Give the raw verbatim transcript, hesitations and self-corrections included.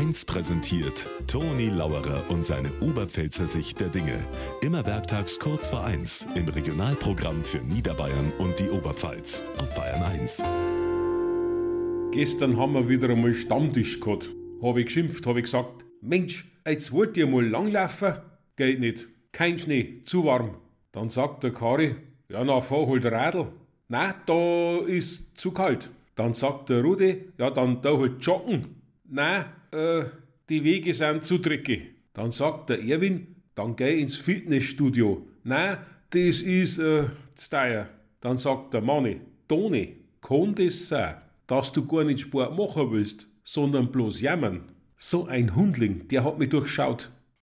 eins präsentiert Toni Lauerer und seine Oberpfälzer Sicht der Dinge. Immer werktags kurz vor eins im Regionalprogramm für Niederbayern und die Oberpfalz auf Bayern eins. Gestern haben wir wieder einmal Stammtisch gehabt. Habe ich geschimpft, habe ich gesagt, Mensch, jetzt wollt ihr mal langlaufen? Geht nicht. Kein Schnee, zu warm. Dann sagt der Kari, ja na, fahr halt Radl. Nein, da ist zu kalt. Dann sagt der Rudi, ja dann da halt joggen. Nein, äh, die Wege sind zu dreckig. Dann sagt der Erwin, dann geh ins Fitnessstudio. Nein, das ist äh, zu teuer. Dann sagt der Manni, Toni, kann das sein, dass du gar nicht Sport machen willst, sondern bloß jammern? So ein Hundling, der hat mich durchschaut.